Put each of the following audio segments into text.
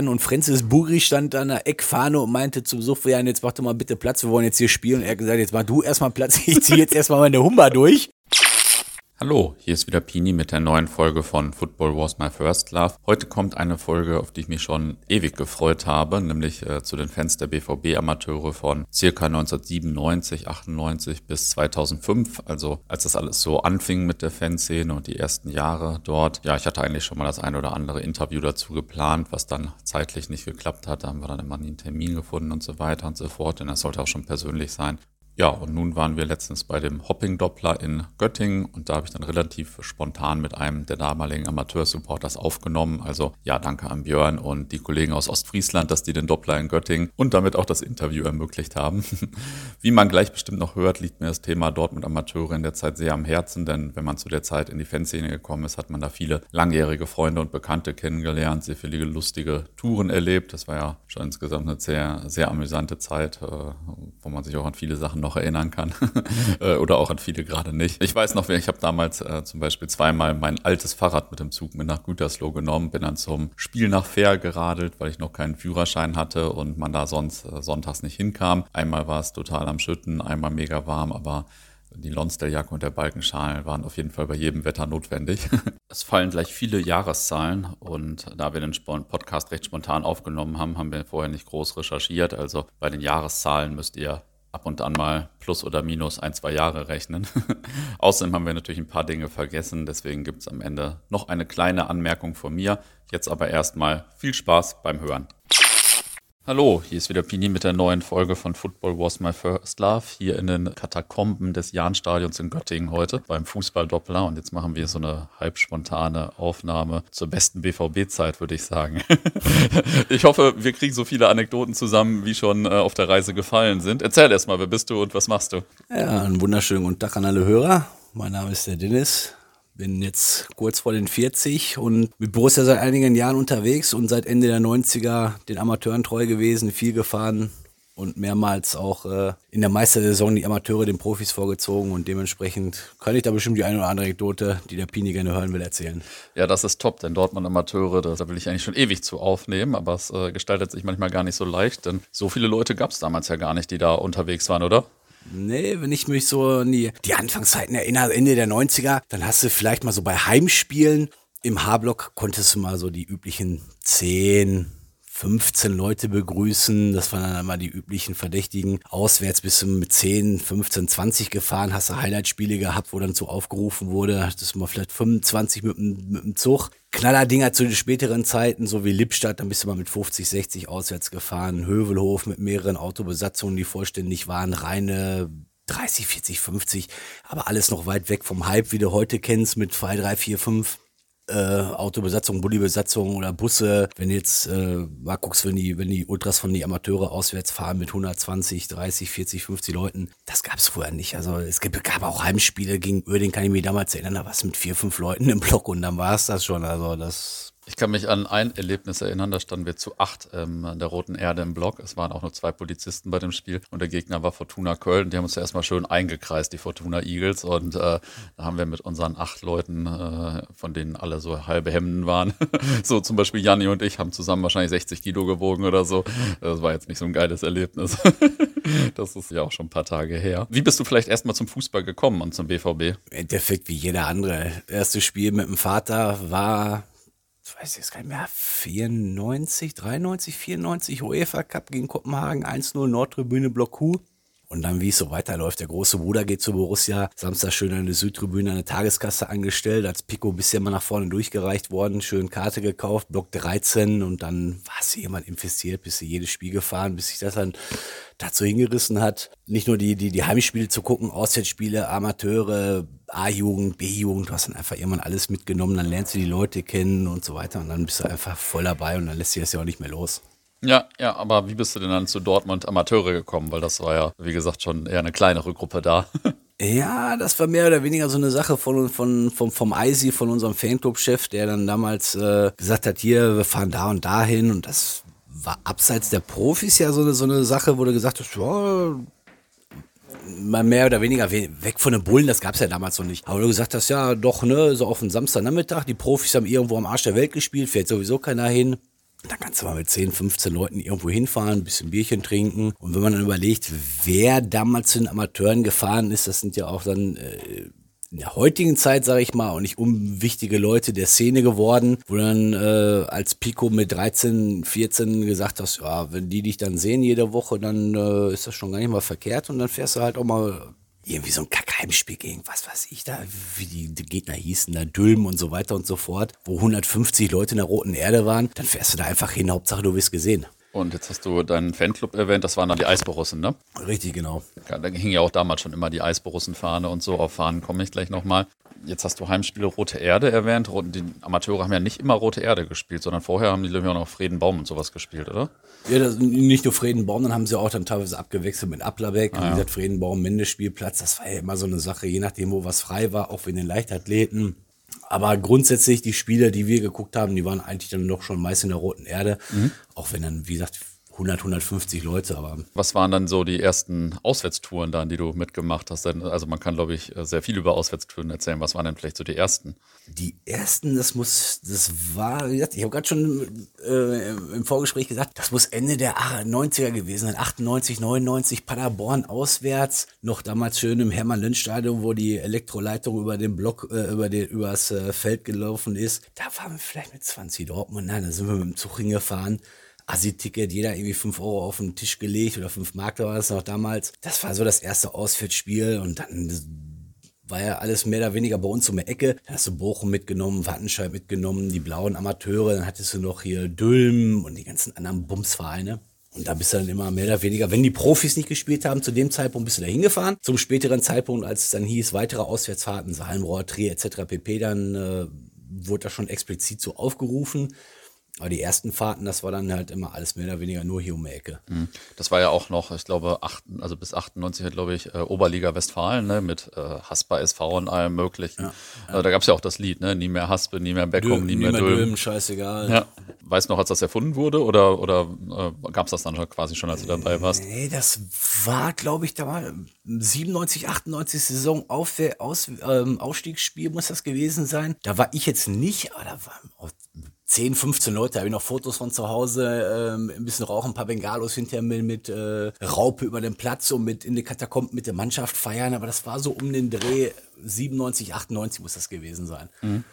Und Francis Bugri stand an der Eckfahne und meinte zum Sufjan, jetzt mach doch mal bitte Platz, wir wollen jetzt hier spielen. Und er hat gesagt, jetzt mach du erstmal Platz, ich ziehe jetzt erstmal meine Humba durch. Hallo, hier ist wieder Pini mit der neuen Folge von Football Was My First Love. Heute kommt eine Folge, auf die ich mich schon ewig gefreut habe, nämlich zu den Fans der BVB-Amateure von circa 1997, 98 bis 2005, also als das alles so anfing mit der Fanszene und die ersten Jahre dort. Ja, ich hatte eigentlich schon mal das ein oder andere Interview dazu geplant, was dann zeitlich nicht geklappt hat. Da haben wir dann immer nie einen Termin gefunden und so weiter und so fort, denn das sollte auch schon persönlich sein. Ja, und nun waren wir letztens bei dem Hopping-Doppler in Göttingen und da habe ich dann relativ spontan mit einem der damaligen Amateursupporters aufgenommen. Also ja, danke an Björn und die Kollegen aus Ostfriesland, dass die den Doppler in Göttingen und damit auch das Interview ermöglicht haben. Wie man gleich bestimmt noch hört, liegt mir das Thema Dortmund Amateure in der Zeit sehr am Herzen, denn wenn man zu der Zeit in die Fanszene gekommen ist, hat man da viele langjährige Freunde und Bekannte kennengelernt, sehr viele lustige Touren erlebt. Das war ja schon insgesamt eine sehr, sehr amüsante Zeit, wo man sich auch an viele Sachen noch erinnern kann oder auch an viele gerade nicht. Ich weiß noch, ich habe damals zum Beispiel zweimal mein altes Fahrrad mit dem Zug mit nach Gütersloh genommen, bin dann zum Spiel nach Fehr geradelt, weil ich noch keinen Führerschein hatte und man da sonst sonntags nicht hinkam. Einmal war es total am Schütten, einmal mega warm, aber die Lonsdale-Jacke und der Balkenschal waren auf jeden Fall bei jedem Wetter notwendig. Es fallen gleich viele Jahreszahlen und da wir den Podcast recht spontan aufgenommen haben, haben wir vorher nicht groß recherchiert. Also bei den Jahreszahlen müsst ihr ab und an mal plus oder minus 1-2 Jahre rechnen. Außerdem haben wir natürlich ein paar Dinge vergessen, deswegen gibt es am Ende noch eine kleine Anmerkung von mir. Jetzt aber erstmal viel Spaß beim Hören. Hallo, hier ist wieder Pini mit der neuen Folge von Football Was My First Love, hier in den Katakomben des Jahnstadions in Göttingen heute beim Fußballdoppler und jetzt machen wir so eine halb spontane Aufnahme zur besten BVB-Zeit, würde ich sagen. Ich hoffe, wir kriegen so viele Anekdoten zusammen, wie schon auf der Reise gefallen sind. Erzähl erst mal, wer bist du und was machst du? Ja, einen wunderschönen guten Tag an alle Hörer. Mein Name ist der Dennis. Bin jetzt kurz vor den 40 und mit Borussia seit einigen Jahren unterwegs und seit Ende der 90er den Amateuren treu gewesen, viel gefahren und mehrmals auch in der Meistersaison die Amateure den Profis vorgezogen und dementsprechend kann ich da bestimmt die eine oder andere Anekdote, die der Pini gerne hören will, erzählen. Ja, das ist top, denn Dortmund Amateure, da will ich eigentlich schon ewig zu aufnehmen, aber es gestaltet sich manchmal gar nicht so leicht, denn so viele Leute gab es damals ja gar nicht, die da unterwegs waren, oder? Nee, wenn ich mich so an die Anfangszeiten erinnere, Ende der 90er, dann hast du vielleicht mal so bei Heimspielen im H-Block konntest du mal so die üblichen 10, 15 Leute begrüßen. Das waren dann immer die üblichen Verdächtigen. Auswärts bist du mit 10, 15, 20 gefahren, hast du Highlight-Spiele gehabt, wo dann so aufgerufen wurde, hattest du mal vielleicht 25 mit dem Zug. Knallerdinger zu den späteren Zeiten, so wie Lippstadt, dann bist du mal mit 50, 60 auswärts gefahren. Hövelhof mit mehreren Autobesatzungen, die vollständig waren, reine 30, 40, 50, aber alles noch weit weg vom Hype, wie du heute kennst, mit 2, 3, 4, 5 Autobesatzung, Bulli-Besatzung oder Busse. Wenn du jetzt mal guckst, wenn die Ultras von die Amateure auswärts fahren mit 120, 30, 40, 50 Leuten, das gab es vorher nicht. Also es gab auch Heimspiele gegen Uerdingen, kann ich mich damals erinnern, da war es mit 4, 5 Leuten im Block und dann war es das schon. Also das... Ich kann mich an ein Erlebnis erinnern, da standen wir zu 8 an der Roten Erde im Block. Es waren auch nur 2 Polizisten bei dem Spiel und der Gegner war Fortuna Köln. Die haben uns ja erstmal schön eingekreist, die Fortuna Eagles. Und da haben wir mit unseren 8 Leuten, von denen alle so halbe Hemden waren, so zum Beispiel Janni und ich, haben zusammen wahrscheinlich 60 Kilo gewogen oder so. Das war jetzt nicht so ein geiles Erlebnis. Das ist ja auch schon ein paar Tage her. Wie bist du vielleicht erstmal zum Fußball gekommen und zum BVB? Im Endeffekt wie jeder andere. Das erste Spiel mit dem Vater war... ich weiß jetzt gar nicht mehr, 94, 93, 94, UEFA Cup gegen Kopenhagen, 1-0 Nordtribüne, Block Q. Und dann, wie es so weiterläuft, der große Bruder geht zu Borussia, Samstag schön an der Südtribüne eine Tageskasse angestellt, als Pico bisher mal nach vorne durchgereicht worden, schön Karte gekauft, Block 13 und dann war es jemand investiert, bis sie jedes Spiel gefahren, bis sich das dann dazu hingerissen hat, nicht nur die Heimspiele zu gucken, Auswärtsspiele, Amateure, A-Jugend, B-Jugend, du hast dann einfach irgendwann alles mitgenommen, dann lernst du die Leute kennen und so weiter und dann bist du einfach voll dabei und dann lässt sich das ja auch nicht mehr los. Ja, aber wie bist du denn dann zu Dortmund Amateure gekommen? Weil das war ja, wie gesagt, schon eher eine kleinere Gruppe da. Ja, das war mehr oder weniger so eine Sache vom Eisi, von unserem Fanclub-Chef, der dann damals gesagt hat, hier, wir fahren da und dahin und das war abseits der Profis ja so eine Sache, wo du gesagt hast, ja, mal mehr oder weniger weg von den Bullen, das gab's ja damals noch nicht. Aber du gesagt hast, ja doch, ne, so auf den Samstagnachmittag, die Profis haben irgendwo am Arsch der Welt gespielt, fährt sowieso keiner hin. Da kannst du mal mit 10, 15 Leuten irgendwo hinfahren, ein bisschen Bierchen trinken. Und wenn man dann überlegt, wer damals zu den Amateuren gefahren ist, das sind ja auch dann in der heutigen Zeit, sage ich mal, auch nicht unwichtige Leute der Szene geworden, wo dann als Pico mit 13, 14 gesagt hast, ja, wenn die dich dann sehen jede Woche, dann ist das schon gar nicht mal verkehrt und dann fährst du halt auch mal irgendwie so ein Kackheimspiel gegen, was weiß ich da, wie die Gegner hießen, da Dülmen und so weiter und so fort, wo 150 Leute in der Roten Erde waren, dann fährst du da einfach hin, Hauptsache du wirst gesehen. Und jetzt hast du deinen Fanclub erwähnt, das waren dann die Eisborussen, ne? Richtig, genau. Ja, da hing ja auch damals schon immer die Eisborussen-Fahne und so, auf Fahnen komme ich gleich nochmal. Jetzt hast du Heimspiele Rote Erde erwähnt. Die Amateure haben ja nicht immer Rote Erde gespielt, sondern vorher haben die auch noch Friedenbaum und sowas gespielt, oder? Ja, nicht nur Friedenbaum, dann haben sie auch dann teilweise abgewechselt mit Applerbeck. Wie gesagt, Friedenbaum, Mendespielplatz, das war ja immer so eine Sache, je nachdem, wo was frei war, auch für den Leichtathleten. Aber grundsätzlich, die Spiele, die wir geguckt haben, die waren eigentlich dann doch schon meist in der Roten Erde. Auch wenn dann, wie gesagt, 150 Leute, aber. Was waren dann so die ersten Auswärtstouren dann, die du mitgemacht hast? Also man kann, glaube ich, sehr viel über Auswärtstouren erzählen. Was waren denn vielleicht so die ersten? Die ersten, das war, wie gesagt, ich habe gerade schon im Vorgespräch gesagt, das muss Ende der 90er gewesen sein, 98, 99, Paderborn auswärts, noch damals schön im Hermann-Lenz-Stadion, wo die Elektroleitung über den Block, übers Feld gelaufen ist. Da waren wir vielleicht mit 20 Dortmund, nein, da sind wir mit dem Zug hingefahren. Assi-Ticket, jeder irgendwie 5 Euro auf den Tisch gelegt oder 5 Mark war das noch damals. Das war so das erste Auswärtsspiel und dann war ja alles mehr oder weniger bei uns um die Ecke. Dann hast du Bochum mitgenommen, Wattenscheid mitgenommen, die blauen Amateure, dann hattest du noch hier Dülmen und die ganzen anderen Bumsvereine. Und da bist du dann immer mehr oder weniger, wenn die Profis nicht gespielt haben, zu dem Zeitpunkt bist du da hingefahren. Zum späteren Zeitpunkt, als es dann hieß, weitere Auswärtsfahrten, Salmrohr, Trier etc. pp., dann wurde das schon explizit so aufgerufen. Aber die ersten Fahrten, das war dann halt immer alles mehr oder weniger nur hier um die Ecke. Das war ja auch noch, ich glaube, also bis 98, glaube ich, Oberliga Westfalen, ne, mit Haspa SV und allem Möglichen. Da gab es ja auch das Lied, ne, nie mehr Haspe, nie mehr Beckum, nie mehr Dülmen. Scheißegal. Ja. Weißt du noch, als das erfunden wurde oder gab es das dann schon quasi schon, als du dabei warst? Nee, das war, glaube ich, da war 97, 98 Saison Aufstiegsspiel muss das gewesen sein. Da war ich jetzt nicht, aber da waren auch 10, 15 Leute, da habe ich noch Fotos von zu Hause, ein bisschen rauchen, ein paar Bengalos hinterher mit Raupe über den Platz und mit in die Katakomben mit der Mannschaft feiern, aber das war so um den Dreh 97, 98 muss das gewesen sein.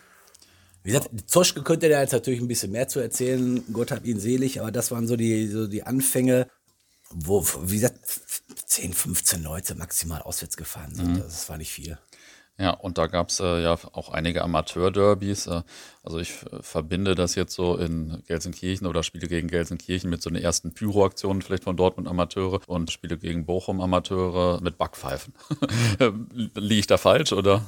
Wie gesagt, Zoschke könnte da jetzt natürlich ein bisschen mehr zu erzählen, Gott hab ihn selig, aber das waren so die Anfänge, wo, wie gesagt, 10, 15 Leute maximal auswärts gefahren sind, das war nicht viel. Ja, und da gab es ja auch einige Amateur-Derbys. Also ich verbinde das jetzt so in Gelsenkirchen oder Spiele gegen Gelsenkirchen mit so den ersten Pyro-Aktionen vielleicht von Dortmund Amateure und Spiele gegen Bochum Amateure mit Backpfeifen. Liege ich da falsch, oder?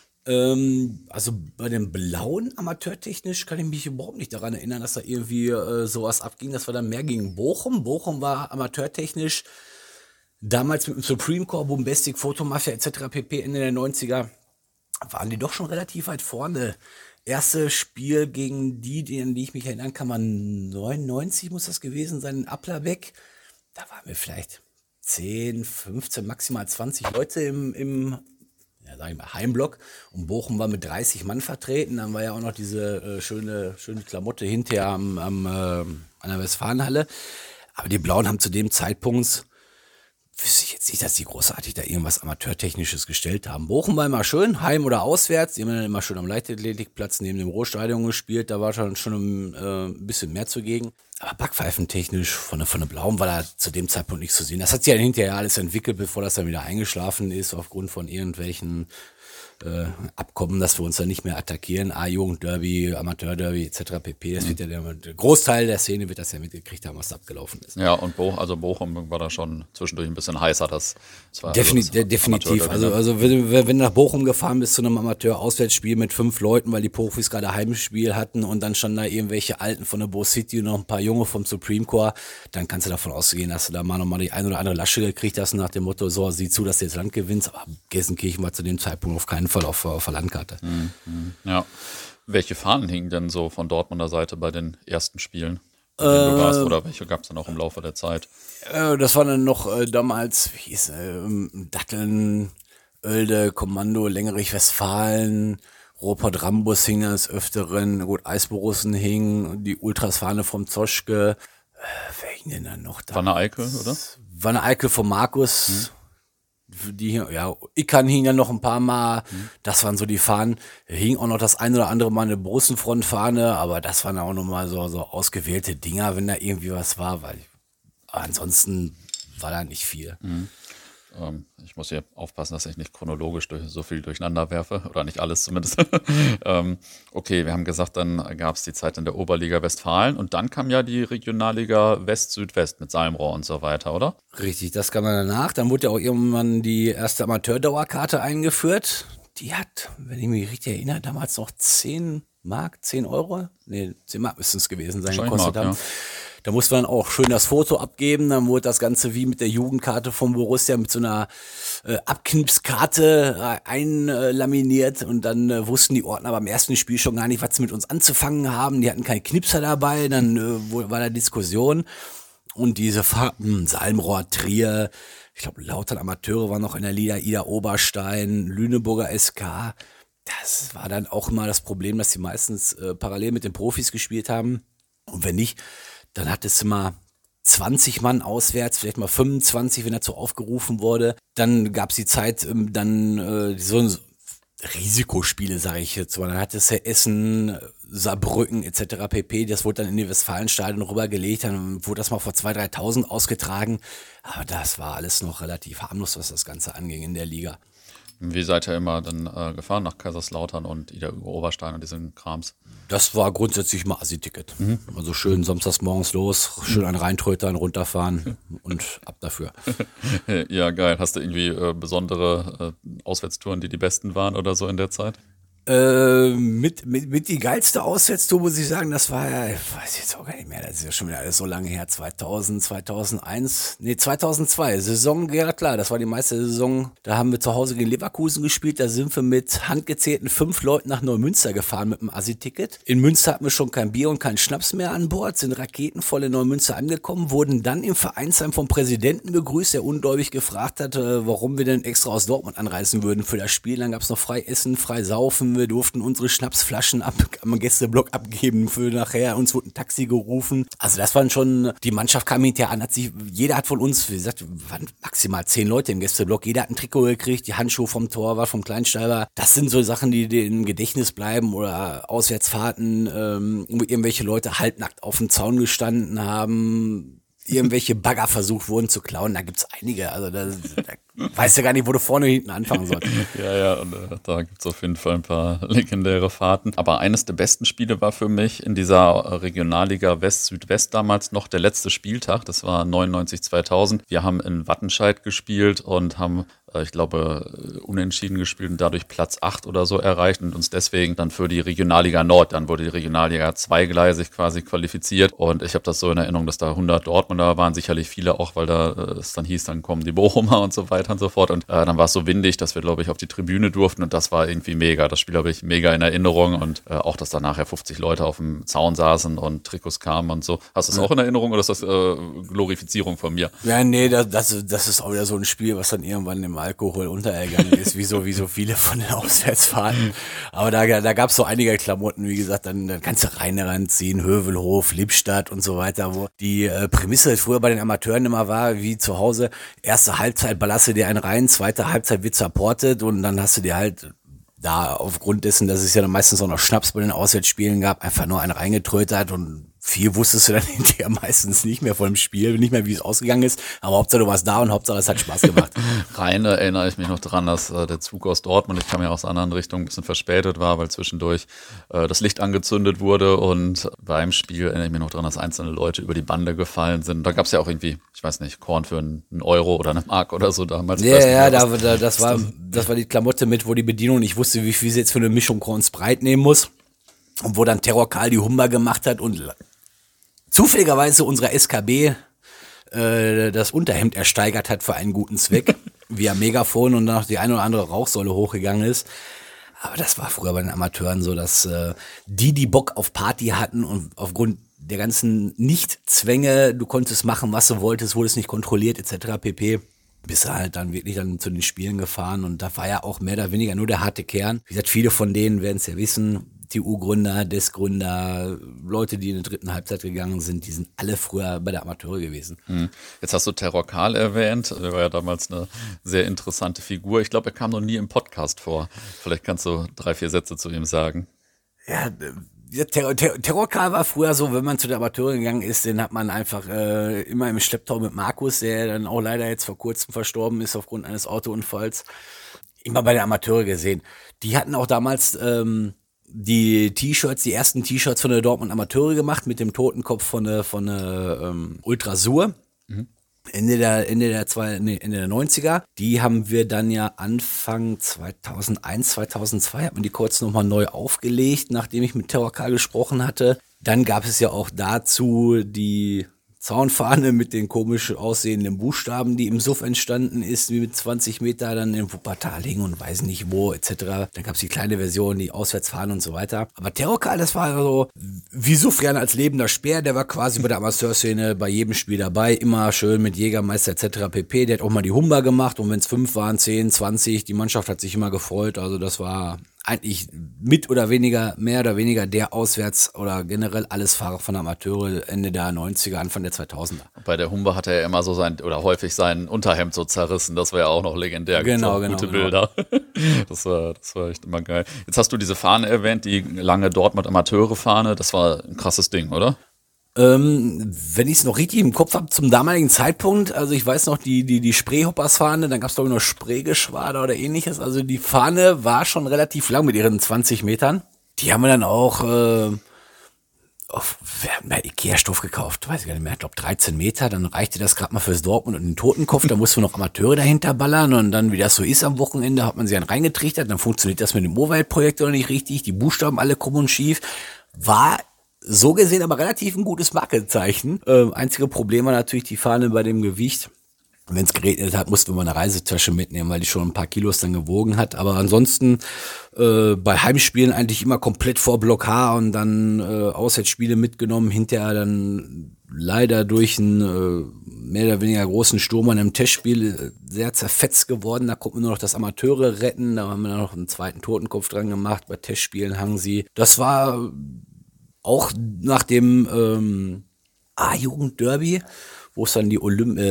Also bei den Blauen amateurtechnisch kann ich mich überhaupt nicht daran erinnern, dass da irgendwie sowas abging. Das war dann mehr gegen Bochum. Bochum war amateurtechnisch damals mit dem Supreme Corps, Bombastic, Fotomafia etc. pp. Ende der 90er waren die doch schon relativ weit vorne. Erste Spiel gegen an die ich mich erinnern kann, war 99 muss das gewesen sein, in Applerbeck. Da waren wir vielleicht 10, 15, maximal 20 Leute im sag ich mal, Heimblock. Und Bochum war mit 30 Mann vertreten. Dann war ja auch noch diese schöne Klamotte hinterher an der Westfalenhalle. Aber die Blauen haben zu dem Zeitpunkt, wüsste ich jetzt nicht, dass die großartig da irgendwas Amateurtechnisches gestellt haben. Bochum war immer schön, heim oder auswärts. Die haben dann immer schön am Leichtathletikplatz neben dem Ruhrstadion gespielt. Da war schon ein bisschen mehr zugegen. Aber backpfeifentechnisch von der Blauen war da zu dem Zeitpunkt nichts zu sehen. Das hat sich ja hinterher alles entwickelt, bevor das dann wieder eingeschlafen ist, aufgrund von irgendwelchen Abkommen, dass wir uns dann nicht mehr attackieren. A-Jugend-Derby, Amateur-Derby etc. pp. Das wird ja der Großteil der Szene wird das ja mitgekriegt haben, was da abgelaufen ist. Ja, und Bochum war da schon zwischendurch ein bisschen heißer. Das war definitiv. Also wenn du nach Bochum gefahren bist zu einem Amateur-Auswärtsspiel mit 5 Leuten, weil die Profis gerade Heimspiel hatten und dann schon da irgendwelche Alten von der Bo City und noch ein paar Junge vom Supreme Corps, dann kannst du davon ausgehen, dass du da mal nochmal die ein oder andere Lasche gekriegt hast nach dem Motto, so, sieh zu, dass du jetzt Land gewinnst. Aber Gelsenkirchen war zu dem Zeitpunkt auf keinen Fall auf der Landkarte. Ja. Welche Fahnen hingen denn so von Dortmunder Seite bei den ersten Spielen? Du warst, oder welche gab es dann auch im Laufe der Zeit? Das war dann noch damals, wie hieß Datteln, Oelde, Kommando, Längerich, Westfalen, Robert Rambus hing des Öfteren, gut, Eisborussen hing, die Ultras-Fahne vom Zoschke. Wer hing denn dann noch da? Wanne Eickel, oder? Wanne Eickel von Markus. Ikan hing ja noch ein paar Mal. Das waren so die Fahnen. Da hing auch noch das ein oder andere Mal eine Borussenfrontfahne, aber das waren auch nochmal so ausgewählte Dinger, wenn da irgendwie was war, weil ansonsten war da nicht viel. Ich muss hier aufpassen, dass ich nicht chronologisch so viel durcheinander werfe, oder nicht alles zumindest. Okay, wir haben gesagt, dann gab es die Zeit in der Oberliga Westfalen und dann kam ja die Regionalliga West-Südwest mit Salmrohr und so weiter, oder? Richtig, das kam dann danach. Dann wurde ja auch irgendwann die erste Amateurdauerkarte eingeführt. Die hat, wenn ich mich richtig erinnere, damals noch 10 Mark, 10 Euro? Nee, 10 Mark müssten es gewesen sein, gekostet haben. Ja. Da musste man auch schön das Foto abgeben, dann wurde das Ganze wie mit der Jugendkarte von Borussia mit so einer Abknipskarte einlaminiert und dann wussten die Ordner beim ersten Spiel schon gar nicht, was sie mit uns anzufangen haben. Die hatten keinen Knipser dabei, dann war da Diskussion und diese Farben, Salmrohr, Trier, ich glaube Lautern Amateure waren noch in der Liga, Ida Oberstein, Lüneburger SK. Das war dann auch immer das Problem, dass die meistens parallel mit den Profis gespielt haben und wenn nicht, dann hat es immer 20 Mann auswärts, vielleicht mal 25, wenn dazu aufgerufen wurde. Dann gab es die Zeit, so Risikospiele, sage ich jetzt mal. Dann hat es ja Essen, Saarbrücken etc. pp. Das wurde dann in die Westfalenstadion rübergelegt. Dann wurde das mal vor 2.000, 3.000 ausgetragen. Aber das war alles noch relativ harmlos, was das Ganze anging in der Liga. Wie seid ihr immer dann gefahren nach Kaiserslautern und Ida Oberstein und diesen Krams? Das war grundsätzlich mal Assi-Ticket. Also schön samstags morgens los, schön einen reintrötern, runterfahren und ab dafür. Ja, geil. Hast du irgendwie besondere Auswärtstouren, die besten waren oder so in der Zeit? Mit die geilste Auswärtstour, muss ich sagen, das war ja, ich weiß jetzt auch gar nicht mehr, das ist ja schon wieder alles so lange her, 2000, 2001, nee, 2002, Saison, ja klar, das war die meiste Saison, da haben wir zu Hause gegen Leverkusen gespielt, da sind wir mit handgezählten 5 Leuten nach Neumünster gefahren mit dem Assi-Ticket. In Münster hatten wir schon kein Bier und keinen Schnaps mehr an Bord, sind raketenvoll in Neumünster angekommen, wurden dann im Vereinsheim vom Präsidenten begrüßt, der ungläubig gefragt hat, warum wir denn extra aus Dortmund anreisen würden für das Spiel, dann gab es noch frei Essen, frei Saufen, wir durften unsere Schnapsflaschen am Gästeblock abgeben für nachher. Uns wurde ein Taxi gerufen. Also das waren schon, die Mannschaft kam hinterher an, jeder hat von uns, wie gesagt, waren maximal 10 Leute im Gästeblock. Jeder hat ein Trikot gekriegt, die Handschuhe vom Torwart, vom Kleinsteiber. Das sind so Sachen, die dir im Gedächtnis bleiben oder Auswärtsfahrten, wo irgendwelche Leute halbnackt auf dem Zaun gestanden haben, irgendwelche Bagger versucht wurden zu klauen. Da gibt's einige. Also da weißt du gar nicht, wo du vorne und hinten anfangen sollst. Ja, und da gibt's auf jeden Fall ein paar legendäre Fahrten. Aber eines der besten Spiele war für mich in dieser Regionalliga West-Südwest damals noch der letzte Spieltag. Das war 99/2000. Wir haben in Wattenscheid gespielt und haben, ich glaube, unentschieden gespielt und dadurch Platz 8 oder so erreicht und uns deswegen dann für die Regionalliga Nord, dann wurde die Regionalliga zweigleisig quasi qualifiziert. Und ich habe das so in Erinnerung, dass da 100 Dortmunder waren, sicherlich viele auch, weil da es dann hieß, dann kommen die Bochumer und so weiter und so fort. Und dann war es so windig, dass wir, glaube ich, auf die Tribüne durften und das war irgendwie mega. Das Spiel habe ich mega in Erinnerung und auch, dass da nachher 50 Leute auf dem Zaun saßen und Trikots kamen und so. Hast du das auch in Erinnerung oder ist das Glorifizierung von mir? Ja, nee, das ist auch wieder so ein Spiel, was dann irgendwann im Alkohol untergegangen ist, wie so viele von den Auswärtsfahrten. Aber da gab's so einige Klamotten, wie gesagt, dann kannst du ranziehen, Hövelhof, Lippstadt und so weiter, wo die Prämisse früher bei den Amateuren immer war, wie zu Hause, erste Halbzeit ballaste dir einen rein, zweite Halbzeit wird supportet und dann hast du dir halt da aufgrund dessen, dass es ja dann meistens auch noch Schnaps bei den Auswärtsspielen gab, einfach nur einen reingetrötert und viel wusstest du dann hinterher meistens nicht mehr von dem Spiel, nicht mehr, wie es ausgegangen ist, aber Hauptsache du warst da und Hauptsache es hat Spaß gemacht. Rein erinnere ich mich noch dran, dass der Zug aus Dortmund, ich kam ja aus einer anderen Richtung, ein bisschen verspätet war, weil zwischendurch das Licht angezündet wurde und beim Spiel erinnere ich mich noch dran, dass einzelne Leute über die Bande gefallen sind. Da gab es ja auch irgendwie, ich weiß nicht, Korn für einen Euro oder eine Mark oder so damals. Ja, das war die Klamotte mit, wo die Bedienung nicht wusste, wie viel sie jetzt für eine Mischung Korn Sprite nehmen muss und wo dann Terror Karl die Humber gemacht hat und zufälligerweise unserer SKB das Unterhemd ersteigert hat für einen guten Zweck, via Megafon und danach die eine oder andere Rauchsäule hochgegangen ist. Aber das war früher bei den Amateuren so, dass die Bock auf Party hatten und aufgrund der ganzen Nicht-Zwänge, du konntest machen, was du wolltest, wurdest nicht kontrolliert etc. pp. bist du halt dann wirklich dann zu den Spielen gefahren und da war ja auch mehr oder weniger nur der harte Kern. Wie gesagt, viele von denen werden es ja wissen, TU-Gründer, DES-Gründer, Leute, die in der dritten Halbzeit gegangen sind, die sind alle früher bei der Amateure gewesen. Jetzt hast du Terror Karl erwähnt, der war ja damals eine sehr interessante Figur. Ich glaube, er kam noch nie im Podcast vor. Vielleicht kannst du 3, 4 Sätze zu ihm sagen. Ja, Terror Karl war früher so, wenn man zu der Amateure gegangen ist, den hat man einfach immer im Schlepptau mit Markus, der dann auch leider jetzt vor kurzem verstorben ist aufgrund eines Autounfalls, immer bei der Amateure gesehen. Die hatten auch damals die T-Shirts, die ersten T-Shirts von der Dortmund Amateure gemacht mit dem Totenkopf von der Ultrasur. Ende der 90er. Die haben wir dann ja Anfang 2001, 2002 hat man die kurz nochmal neu aufgelegt, nachdem ich mit Terror Karl gesprochen hatte. Dann gab es ja auch dazu die Zaunfahne mit den komisch aussehenden Buchstaben, die im Suff entstanden ist, wie mit 20 Meter dann in Wuppertal hing und weiß nicht wo, etc. Dann gab es die kleine Version, die Auswärtsfahne und so weiter. Aber Terror Karl, das war so wie Sufjan als lebender Speer, der war quasi bei der Amateurszene bei jedem Spiel dabei, immer schön mit Jägermeister etc. pp. Der hat auch mal die Humber gemacht und wenn es 5 waren, 10, 20, die Mannschaft hat sich immer gefreut, also das war eigentlich mehr oder weniger der Auswärts- oder generell alles Fahrer von der Amateure Ende der 90er, Anfang der 2000er. Bei der Humber hat er ja immer so häufig sein Unterhemd so zerrissen. Das war ja auch noch legendär. Genau. Gute Bilder. Das war echt immer geil. Jetzt hast du diese Fahne erwähnt, die lange Dortmund Amateure-Fahne. Das war ein krasses Ding, oder? Wenn ich es noch richtig im Kopf habe, zum damaligen Zeitpunkt, also ich weiß noch, die Spreehoppers-Fahne, dann gab es glaube ich noch Spreegeschwader oder ähnliches, also die Fahne war schon relativ lang mit ihren 20 Metern. Die haben wir dann auch wir haben bei Ikea-Stoff gekauft, weiß ich gar nicht mehr, ich glaube 13 Meter, dann reichte das gerade mal fürs Dortmund und den Totenkopf, da mussten wir noch Amateure dahinter ballern und dann, wie das so ist am Wochenende, hat man sie dann reingetrichtert, dann funktioniert das mit dem Mobile-Projekt noch nicht richtig, die Buchstaben alle krumm und schief, war so gesehen aber relativ ein gutes Markenzeichen. Einzige Problem war natürlich die Fahne bei dem Gewicht. Wenn es geregnet hat, mussten wir eine Reisetasche mitnehmen, weil die schon ein paar Kilos dann gewogen hat. Aber ansonsten bei Heimspielen eigentlich immer komplett vor Block H und dann Auswärtsspiele mitgenommen. Hinterher dann leider durch einen mehr oder weniger großen Sturm an einem Testspiel sehr zerfetzt geworden. Da konnten wir nur noch das Amateure retten. Da haben wir dann noch einen zweiten Totenkopf dran gemacht. Bei Testspielen hangen sie. Das war auch nach dem A-Jugend-Derby, wo es dann die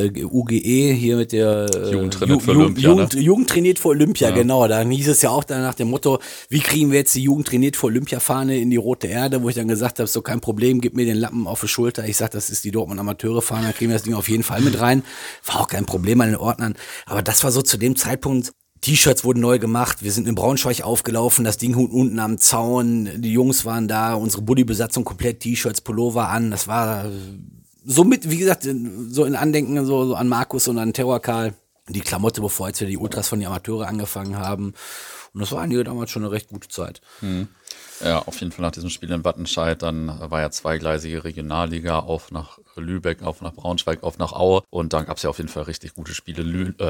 UGE hier mit der Jugend trainiert für Olympia, Jugend trainiert für Olympia, ja. Genau. Da hieß es ja auch dann nach dem Motto, wie kriegen wir jetzt die Jugend trainiert für Olympia-Fahne in die rote Erde, wo ich dann gesagt habe, so kein Problem, gib mir den Lappen auf die Schulter. Ich sag, das ist die Dortmund Amateure-Fahne, da kriegen wir das Ding auf jeden Fall mit rein. War auch kein Problem an den Ordnern. Aber das war so zu dem Zeitpunkt, T-Shirts wurden neu gemacht, wir sind in Braunschweig aufgelaufen, das Ding unten am Zaun, die Jungs waren da, unsere Buddy-Besatzung komplett T-Shirts, Pullover an, das war somit, wie gesagt, so in Andenken so an Markus und an Terror Karl, die Klamotte, bevor jetzt wieder die Ultras von den Amateure angefangen haben und das war eigentlich damals schon eine recht gute Zeit. Ja, auf jeden Fall nach diesem Spiel in Wattenscheid, dann war ja zweigleisige Regionalliga, auf nach Lübeck, auf nach Braunschweig, auf nach Aue und dann gab es ja auf jeden Fall richtig gute Spiele.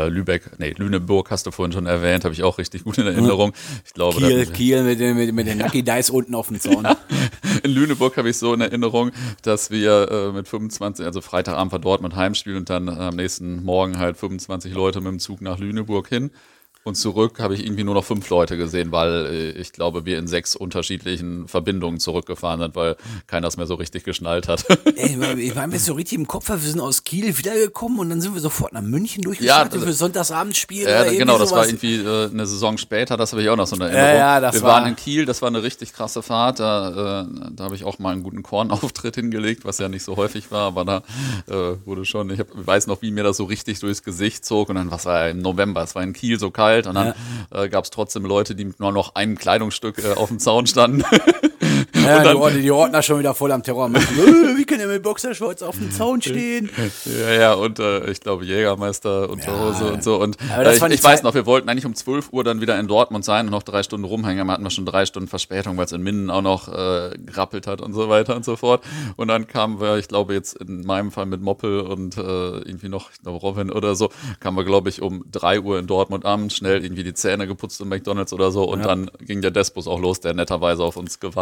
Lüneburg hast du vorhin schon erwähnt, habe ich auch richtig gut in Erinnerung. Ich glaube, Kiel mit den Lucky Dice unten auf dem Zaun. Ja, in Lüneburg habe ich so in Erinnerung, dass wir mit 25, also Freitagabend war Dortmund Heimspiel und dann am nächsten Morgen halt 25 Leute mit dem Zug nach Lüneburg hin. Und zurück habe ich irgendwie nur noch 5 Leute gesehen, weil ich glaube, wir in 6 unterschiedlichen Verbindungen zurückgefahren sind, weil keiner es mehr so richtig geschnallt hat. Ich war mir so richtig im Kopf, wir sind aus Kiel wiedergekommen und dann sind wir sofort nach München durchgefahren für Sonntagsabendspiel. Ja, genau, das war irgendwie eine Saison später, das habe ich auch noch so in Erinnerung. Wir waren in Kiel, das war eine richtig krasse Fahrt, da habe ich auch mal einen guten Kornauftritt hingelegt, was ja nicht so häufig war, aber da wurde schon, ich weiß noch, wie mir das so richtig durchs Gesicht zog und dann, was war ja im November, es war in Kiel so kalt und dann gab es trotzdem Leute, die mit nur noch einem Kleidungsstück auf dem Zaun standen. Ja, und dann, die Ordner schon wieder voll am Terror machen. Wie kann der mit Boxershorts auf dem Zaun stehen? Ja, und ich glaube Jägermeister, Unterhose und so. Und ich weiß noch, wir wollten eigentlich um 12 Uhr dann wieder in Dortmund sein und noch 3 Stunden rumhängen. Da hatten wir schon 3 Stunden Verspätung, weil es in Minden auch noch gerappelt hat und so weiter und so fort. Und dann kamen wir, ich glaube jetzt in meinem Fall mit Moppel und irgendwie noch, ich glaube Robin oder so, kamen wir, glaube ich, um 3 Uhr in Dortmund an, schnell irgendwie die Zähne geputzt im McDonald's oder so. Und dann ging der Desbus auch los, der netterweise auf uns gewartet hatte.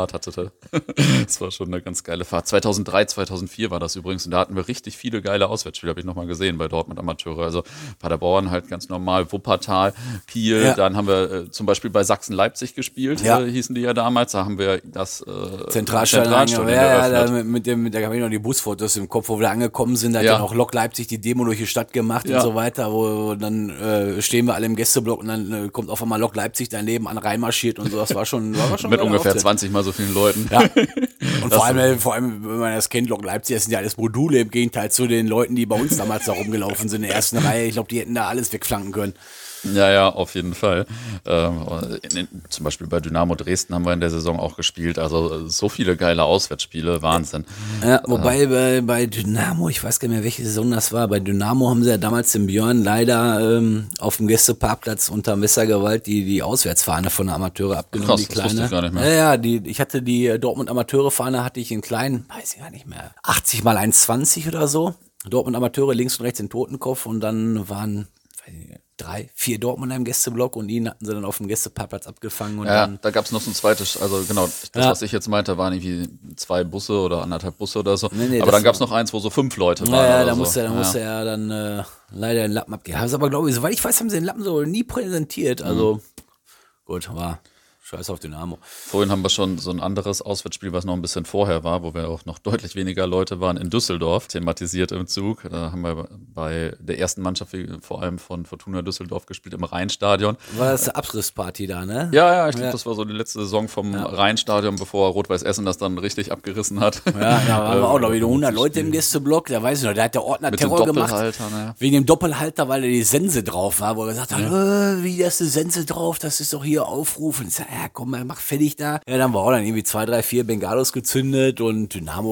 Das war schon eine ganz geile Fahrt. 2003, 2004 war das übrigens und da hatten wir richtig viele geile Auswärtsspiele, habe ich nochmal gesehen bei Dortmund Amateure. Also Paderborn halt ganz normal, Wuppertal, Kiel, dann haben wir zum Beispiel bei Sachsen-Leipzig gespielt, hießen die ja damals. Da haben wir das Zentralstadion eröffnet. Da habe ich noch die Busfotos im Kopf, wo wir angekommen sind. Da hat dann auch Lok Leipzig die Demo durch die Stadt gemacht und so weiter, wo dann stehen wir alle im Gästeblock und dann kommt auf einmal Lok Leipzig daneben an reinmarschiert und so. Das war schon mit ungefähr 20 mal so vielen Leuten. Ja. Und vor allem, wenn man das kennt, Lok Leipzig, das sind ja alles Module im Gegenteil zu den Leuten, die bei uns damals da rumgelaufen sind in der ersten Reihe. Ich glaube, die hätten da alles wegflanken können. Ja, auf jeden Fall. Zum Beispiel bei Dynamo Dresden haben wir in der Saison auch gespielt. Also so viele geile Auswärtsspiele, Wahnsinn. Ja, wobei bei Dynamo, ich weiß gar nicht mehr, welche Saison das war, bei Dynamo haben sie ja damals den Björn leider auf dem Gästeparkplatz unter Messergewalt die Auswärtsfahne von der Amateure abgenommen, Krass, die kleine. Das wusste ich gar nicht mehr. Ich hatte die Dortmund Amateure-Fahne, hatte ich in kleinen, weiß ich gar nicht mehr, 80 mal 1,20 oder so. Dortmund Amateure links und rechts den Totenkopf und dann waren 3, 4 Dortmunder im Gästeblock und ihn hatten sie dann auf dem Gästeparkplatz abgefangen. Und dann, da gab es noch so ein zweites, also genau, was ich jetzt meinte, waren irgendwie 2 Busse oder 1,5 Busse oder so. Nee, aber dann gab es noch eins, wo so 5 Leute waren. Ja, da musste er dann leider den Lappen abgeben. Haben sie aber, glaube ich, soweit ich weiß, haben sie den Lappen so nie präsentiert. Also gut, war scheiß auf Dynamo. Vorhin haben wir schon so ein anderes Auswärtsspiel, was noch ein bisschen vorher war, wo wir auch noch deutlich weniger Leute waren, in Düsseldorf, thematisiert im Zug. Da haben wir bei der ersten Mannschaft, vor allem von Fortuna Düsseldorf, gespielt im Rheinstadion. War das eine Abschlussparty da, ne? Ja, ich glaube, das war so die letzte Saison vom Rheinstadion, bevor Rot-Weiß Essen das dann richtig abgerissen hat. Ja, da waren wir auch, glaube ich, 100 Leute im Gästeblock. Da weiß ich noch, da hat der Ordner mit Terror gemacht. Ne? Wegen dem Doppelhalter, weil da die Sense drauf war, wo er gesagt hat, wie, da ist eine Sense drauf, das ist doch hier Aufruf. Und ich sag, ja, komm, mach fertig da. Ja, dann war auch dann irgendwie 2, 3, 4 Bengalos gezündet und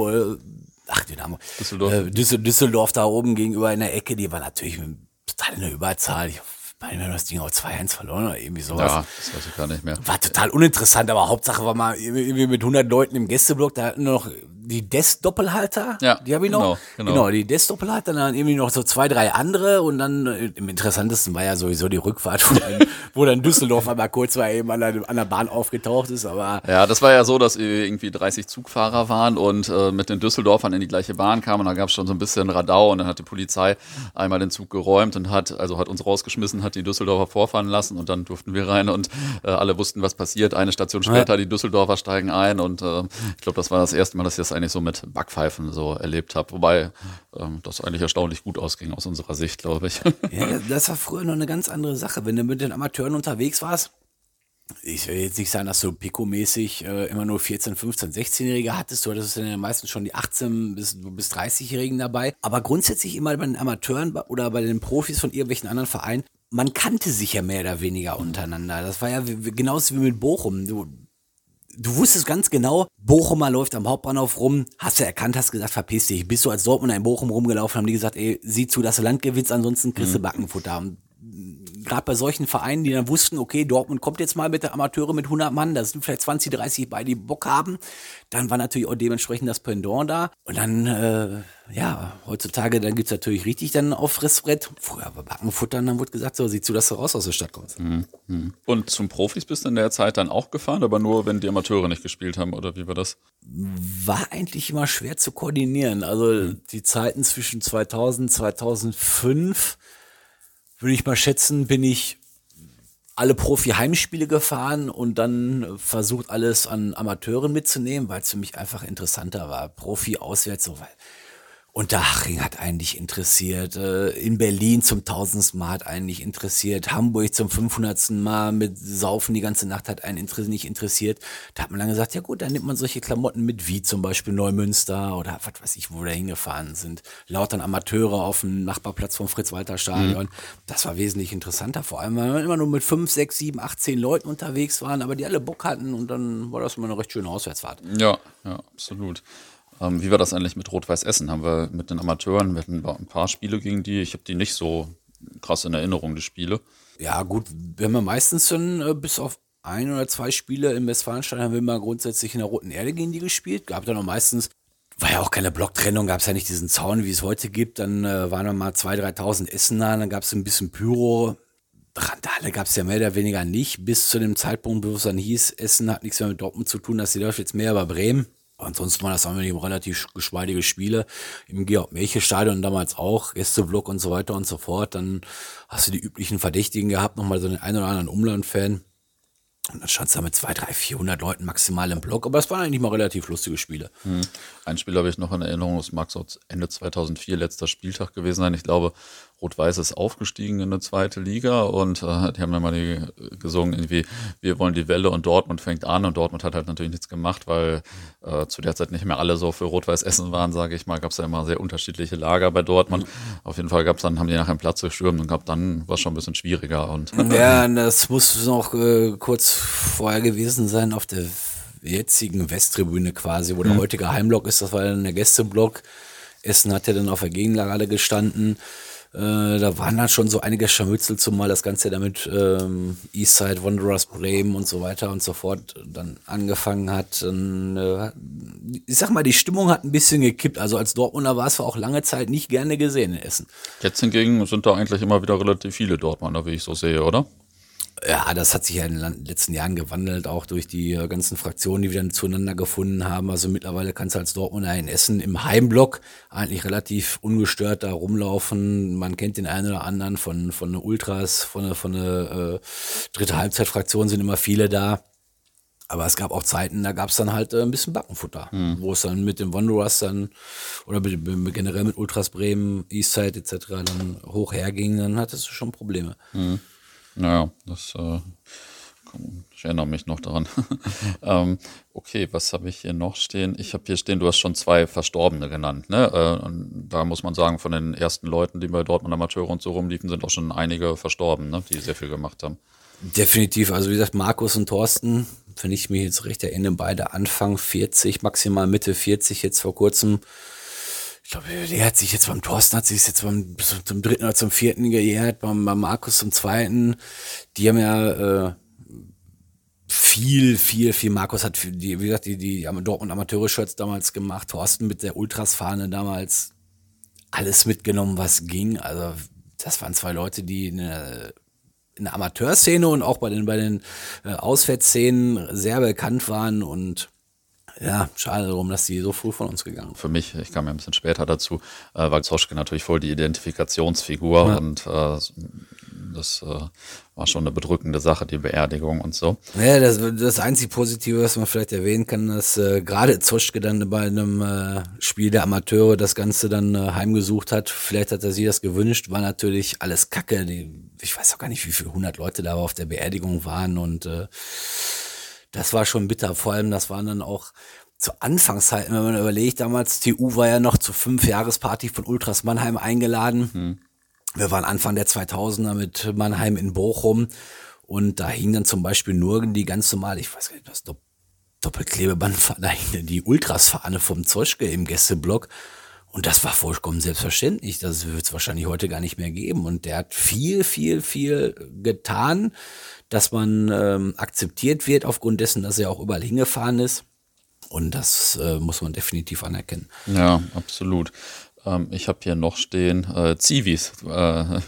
Düsseldorf da oben gegenüber in der Ecke, die war natürlich total in der Überzahl. Ich meine, wir haben das Ding auch 2-1 verloren oder irgendwie sowas. Ja, das weiß ich gar nicht mehr. War total uninteressant, aber Hauptsache war mal irgendwie mit 100 Leuten im Gästeblock, da hatten wir noch die Des-Doppelhalter, die habe ich noch. Genau, die Des-Doppelhalter, dann irgendwie noch so 2, 3 andere und dann im interessantesten war ja sowieso die Rückfahrt, wo dann Düsseldorf einmal kurz mal eben an der Bahn aufgetaucht ist, aber... Ja, das war ja so, dass irgendwie 30 Zugfahrer waren und mit den Düsseldorfern in die gleiche Bahn kamen und da gab es schon so ein bisschen Radau und dann hat die Polizei einmal den Zug geräumt und hat uns rausgeschmissen, hat die Düsseldorfer vorfahren lassen und dann durften wir rein und alle wussten, was passiert. Eine Station später, die Düsseldorfer steigen ein und ich glaube, das war das erste Mal, dass ich das eigentlich so mit Backpfeifen so erlebt habe. Wobei das eigentlich erstaunlich gut ausging aus unserer Sicht, glaube ich. Ja, das war früher noch eine ganz andere Sache. Wenn du mit den Amateuren unterwegs warst, ich will jetzt nicht sagen, dass du Pico-mäßig immer nur 14, 15, 16-Jährige hattest. Du hattest dann ja meistens schon die 18 bis 30-Jährigen dabei. Aber grundsätzlich immer bei den Amateuren oder bei den Profis von irgendwelchen anderen Vereinen, man kannte sich ja mehr oder weniger untereinander. Das war ja genauso wie mit Bochum. Du wusstest ganz genau, Bochumer läuft am Hauptbahnhof rum, hast du erkannt, hast gesagt, verpiss dich. Bist du als Dortmunder in Bochum rumgelaufen, haben die gesagt, ey, sieh zu, dass du Land gewinnst, ansonsten kriegst du Backenfutter. Und gerade bei solchen Vereinen, die dann wussten, okay, Dortmund kommt jetzt mal mit der Amateure mit 100 Mann, da sind vielleicht 20, 30 bei, die Bock haben, dann war natürlich auch dementsprechend das Pendant da. Und dann, heutzutage, dann gibt's natürlich richtig dann auf Fressbrett. Früher bei Backenfuttern, dann wurde gesagt, so, sieh zu, dass du raus aus der Stadt kommst. Und zum Profis bist du in der Zeit dann auch gefahren, aber nur, wenn die Amateure nicht gespielt haben, oder wie war das? War eigentlich immer schwer zu koordinieren. Also die Zeiten zwischen 2000, 2005, würde ich mal schätzen, bin ich alle Profi-Heimspiele gefahren und dann versucht, alles an Amateuren mitzunehmen, weil es für mich einfach interessanter war. Profi auswärts, so weit. Unterhaching hat eigentlich interessiert, in Berlin zum 1000. Mal hat einen nicht interessiert, Hamburg zum 500. Mal mit Saufen die ganze Nacht hat einen nicht interessiert. Da hat man dann gesagt, ja gut, dann nimmt man solche Klamotten mit, wie zum Beispiel Neumünster oder was weiß ich, wo wir da hingefahren sind. Lautern Amateure auf dem Nachbarplatz vom Fritz-Walter-Stadion. Das war wesentlich interessanter, vor allem, weil wir immer nur mit 5, 6, 7, 8, 10 Leuten unterwegs waren, aber die alle Bock hatten und dann war das immer eine recht schöne Auswärtsfahrt. Ja, absolut. Wie war das eigentlich mit Rot-Weiß Essen? Haben wir mit den Amateuren, wir hatten ein paar Spiele gegen die, ich habe die nicht so krass in Erinnerung, die Spiele. Ja gut, wir haben ja meistens dann bis auf 1 oder 2 Spiele im Westfalenstadion haben wir mal grundsätzlich in der Roten Erde gegen die gespielt. Gab dann auch meistens, war ja auch keine Blocktrennung, gab es ja nicht diesen Zaun, wie es heute gibt. Dann waren wir mal 2.000, 3.000 Essener, dann gab es ein bisschen Pyro. Randale gab es ja mehr oder weniger nicht, bis zu dem Zeitpunkt, wo es dann hieß, Essen hat nichts mehr mit Dortmund zu tun, dass sie läuft jetzt mehr über Bremen. Ansonsten waren das eigentlich relativ geschmeidige Spiele im Georg-Melche-Stadion damals auch, Gästeblock und so weiter und so fort. Dann hast du die üblichen Verdächtigen gehabt, nochmal so den einen oder anderen Umland-Fan. Und dann stand es da mit 200, 300, 400 Leuten maximal im Block. Aber es waren eigentlich mal relativ lustige Spiele. Ein Spiel habe ich noch in Erinnerung, das mag so Ende 2004, letzter Spieltag gewesen sein. Ich glaube, Rot-Weiß ist aufgestiegen in eine zweite Liga und die haben dann mal gesungen, irgendwie, wir wollen die Welle und Dortmund fängt an. Und Dortmund hat halt natürlich nichts gemacht, weil zu der Zeit nicht mehr alle so für Rot-Weiß Essen waren, sage ich mal. Gab es ja immer sehr unterschiedliche Lager bei Dortmund. Auf jeden Fall haben die nachher einen Platz gestürmt und dann war es schon ein bisschen schwieriger. Und Ja, das muss noch kurz vorher gewesen sein auf der jetzigen Westtribüne quasi, wo der heutige Heimblock ist. Das war dann der Gästeblock. Essen hat ja dann auf der Gegenlage gestanden. Da waren dann schon so einige Scharmützel, zumal das Ganze damit Eastside Wanderers Bremen und so weiter und so fort dann angefangen hat. Und, ich sag mal, die Stimmung hat ein bisschen gekippt. Also als Dortmunder war es auch lange Zeit nicht gerne gesehen in Essen. jetzt hingegen sind da eigentlich immer wieder relativ viele Dortmunder, wie ich so sehe, oder? Ja, das hat sich ja in den letzten Jahren gewandelt, auch durch die ganzen Fraktionen, die wieder zueinander gefunden haben. Also mittlerweile kannst du als Dortmunder in Essen im Heimblock eigentlich relativ ungestört da rumlaufen. Man kennt den einen oder anderen von den Ultras, von der dritte Halbzeitfraktion sind immer viele da. Aber es gab auch Zeiten, da gab es dann halt ein bisschen Backenfutter, wo es dann mit den Wanderers dann oder generell mit Ultras Bremen, Eastside etc. dann hoch herging, dann hattest du schon Probleme. Naja, ich erinnere mich noch daran. Okay, was habe ich hier noch stehen? Ich habe hier stehen, du hast schon 2 Verstorbene genannt, ne? Und da muss man sagen, von den ersten Leuten, die bei Dortmund Amateure und so rumliefen, sind auch schon einige verstorben, ne? Die sehr viel gemacht haben. Definitiv, also wie gesagt, Markus und Thorsten, wenn ich mich jetzt recht erinnere, beide Anfang 40, maximal Mitte 40 jetzt vor kurzem. Ich glaube, beim Thorsten hat sich jetzt zum 3. oder zum 4. gejährt, beim Markus zum 2. Die haben ja viel. Markus hat wie gesagt, die Dortmund Amateure-Shirts damals gemacht, Thorsten mit der Ultras-Fahne damals alles mitgenommen, was ging. Also das waren 2 Leute, die in der Amateurszene und auch bei den Auswärtsszenen sehr bekannt waren und ja, schade darum, dass die so früh von uns gegangen sind. Für mich, ich kam ja ein bisschen später dazu, war Zoschke natürlich voll die Identifikationsfigur und das war schon eine bedrückende Sache, die Beerdigung und so. Ja, das einzig Positive, was man vielleicht erwähnen kann, dass gerade Zoschke dann bei einem Spiel der Amateure das Ganze dann heimgesucht hat. Vielleicht hat er sich das gewünscht, war natürlich alles Kacke. Ich weiß auch gar nicht, wie viele 100 Leute da auf der Beerdigung waren und das war schon bitter. Vor allem, das waren dann auch zu Anfangszeiten, wenn man überlegt, damals TU war ja noch zur 5-Jahres-Party von Ultras Mannheim eingeladen. Wir waren Anfang der 2000er mit Mannheim in Bochum und da hing dann zum Beispiel nur die ganz normal, ich weiß gar nicht, das Doppelklebeband war, da hing die Ultras-Fahne vom Zoschke im Gästeblock und das war vollkommen selbstverständlich. Das wird es wahrscheinlich heute gar nicht mehr geben und der hat viel getan, dass man akzeptiert wird aufgrund dessen, dass er auch überall hingefahren ist. Und das muss man definitiv anerkennen. Ja, absolut. Ich habe hier noch stehen Zivis. Ja.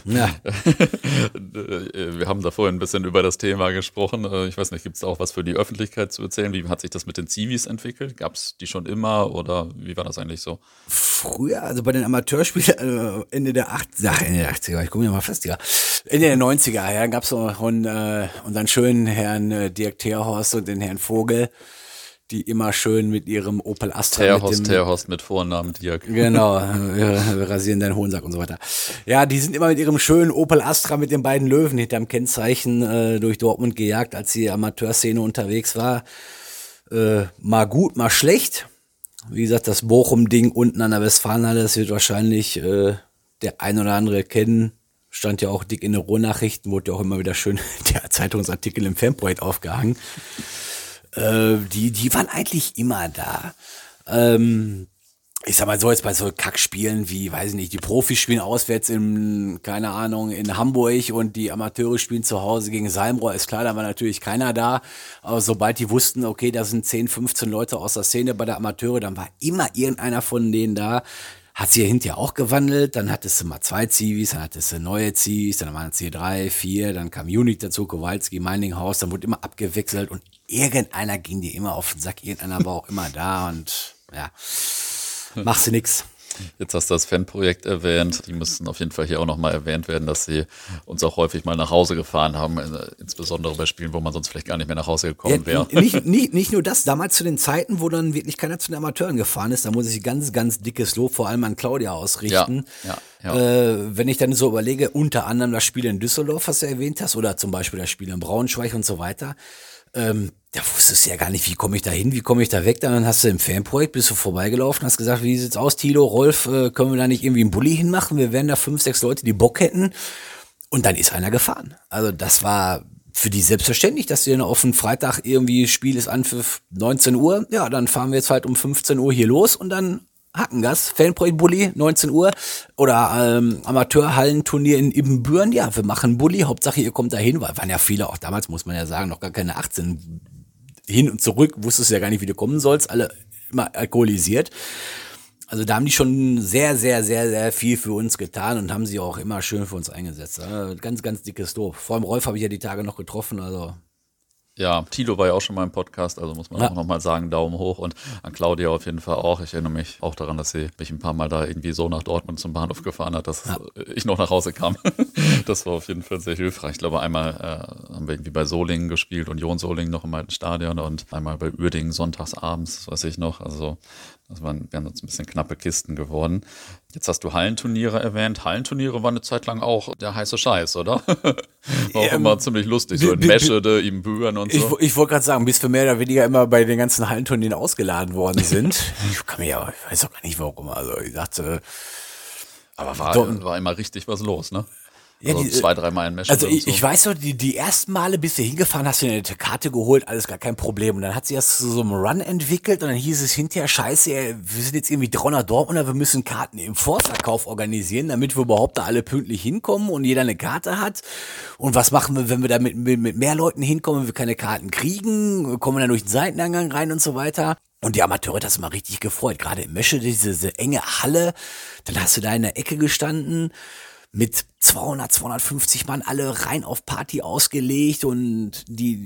Wir haben da vorhin ein bisschen über das Thema gesprochen. Ich weiß nicht, gibt es da auch was für die Öffentlichkeit zu erzählen? Wie hat sich das mit den Zivis entwickelt? Gab es die schon immer oder wie war das eigentlich so? Früher, also bei den Amateurspielen, Ende der 80er, ich komme ja mal fast, ja. Ende der 90er, ja, gab es noch unseren schönen Herrn Dirk Terhorst und den Herrn Vogel, die immer schön mit ihrem Opel Astra Terhorst mit Vornamen Dirk. Genau, wir rasieren deinen Hohensack und so weiter. Ja, die sind immer mit ihrem schönen Opel Astra mit den beiden Löwen hinterm Kennzeichen durch Dortmund gejagt, als die Amateurszene unterwegs war. Mal gut, mal schlecht. Wie gesagt, das Bochum-Ding unten an der Westfalenhalle, das wird wahrscheinlich der ein oder andere kennen. Stand ja auch dick in den Ruhrnachrichten, wurde ja auch immer wieder schön der Zeitungsartikel im Fanprojekt aufgehangen. Die waren eigentlich immer da. Ich sag mal so, jetzt bei so Kackspielen wie, weiß ich nicht, die Profis spielen auswärts in Hamburg und die Amateure spielen zu Hause gegen Salmrohr, ist klar, da war natürlich keiner da. Aber sobald die wussten, okay, da sind 10, 15 Leute aus der Szene bei der Amateure, dann war immer irgendeiner von denen da, Hat sie ja hinterher auch gewandelt, dann hattest du mal 2 Zivis, dann hattest du neue Zivis, dann waren es hier 3, 4, dann kam Munich dazu, Kowalski, Meininghaus, dann wurde immer abgewechselt und irgendeiner ging dir immer auf den Sack, irgendeiner war auch immer da und ja, machst du nix. Jetzt hast du das Fanprojekt erwähnt. Die müssten auf jeden Fall hier auch nochmal erwähnt werden, dass sie uns auch häufig mal nach Hause gefahren haben, insbesondere bei Spielen, wo man sonst vielleicht gar nicht mehr nach Hause gekommen wäre. Nicht nur das, damals zu den Zeiten, wo dann wirklich keiner zu den Amateuren gefahren ist, da muss ich ganz, ganz dickes Lob vor allem an Claudia ausrichten. Ja. Wenn ich dann so überlege, unter anderem das Spiel in Düsseldorf, was du erwähnt hast, oder zum Beispiel das Spiel in Braunschweig und so weiter, da wusstest du ja gar nicht, wie komme ich da hin, wie komme ich da weg. Dann hast du im Fanprojekt, bist du vorbeigelaufen, hast gesagt, wie sieht's aus, Thilo, Rolf, können wir da nicht irgendwie einen Bulli hinmachen? Wir wären da 5, 6 Leute, die Bock hätten. Und dann ist einer gefahren. Also das war für die selbstverständlich, dass dir auf einen Freitag irgendwie Spiel ist an für 19 Uhr. Ja, dann fahren wir jetzt halt um 15 Uhr hier los und dann Hackengas, Fanprojekt Bulli, 19 Uhr oder Amateurhallenturnier in Ibbenbüren. Ja, wir machen Bulli, Hauptsache ihr kommt da hin, weil waren ja viele, auch damals muss man ja sagen, noch gar keine 18 hin und zurück, wusstest du ja gar nicht, wie du kommen sollst, alle immer alkoholisiert. Also da haben die schon sehr, sehr, sehr, sehr viel für uns getan und haben sich auch immer schön für uns eingesetzt. Ganz, ganz dickes Lob. Vor allem Rolf habe ich ja die Tage noch getroffen, also... Ja, Thilo war ja auch schon mal im Podcast, also muss man auch nochmal sagen, Daumen hoch und an Claudia auf jeden Fall auch. Ich erinnere mich auch daran, dass sie mich ein paar Mal da irgendwie so nach Dortmund zum Bahnhof gefahren hat, dass ich noch nach Hause kam. Das war auf jeden Fall sehr hilfreich. Ich glaube, einmal haben wir irgendwie bei Solingen gespielt, Union Solingen noch im alten Stadion und einmal bei Uerdingen sonntags abends, das weiß ich noch. Also das wären sonst ein bisschen knappe Kisten geworden. Jetzt hast du Hallenturniere erwähnt. Hallenturniere waren eine Zeit lang auch der heiße Scheiß, oder? War auch immer ziemlich lustig, so in Meschede, Ibbenbüren und so. Ich wollte gerade sagen, bis wir mehr oder weniger immer bei den ganzen Hallenturnieren ausgeladen worden sind. Ich weiß auch gar nicht warum. Also ich dachte... Aber war immer richtig was los, ne? Ja, also 2, 3 Mal in Meschede. Also ich weiß so, die ersten Male bist du hingefahren, hast du eine Karte geholt, alles gar kein Problem. Und dann hat sich das zu so einem Run entwickelt und dann hieß es hinterher, scheiße, wir sind jetzt irgendwie 300 Dortmunder, wir müssen Karten im Vorverkauf organisieren, damit wir überhaupt da alle pünktlich hinkommen und jeder eine Karte hat. Und was machen wir, wenn wir da mit mehr Leuten hinkommen, wenn wir keine Karten kriegen, kommen wir dann durch den Seiteneingang rein und so weiter. Und die Amateure hat das immer richtig gefreut. Gerade in Meschede, diese enge Halle, dann hast du da in der Ecke gestanden, mit 200, 250 Mann alle rein auf Party ausgelegt und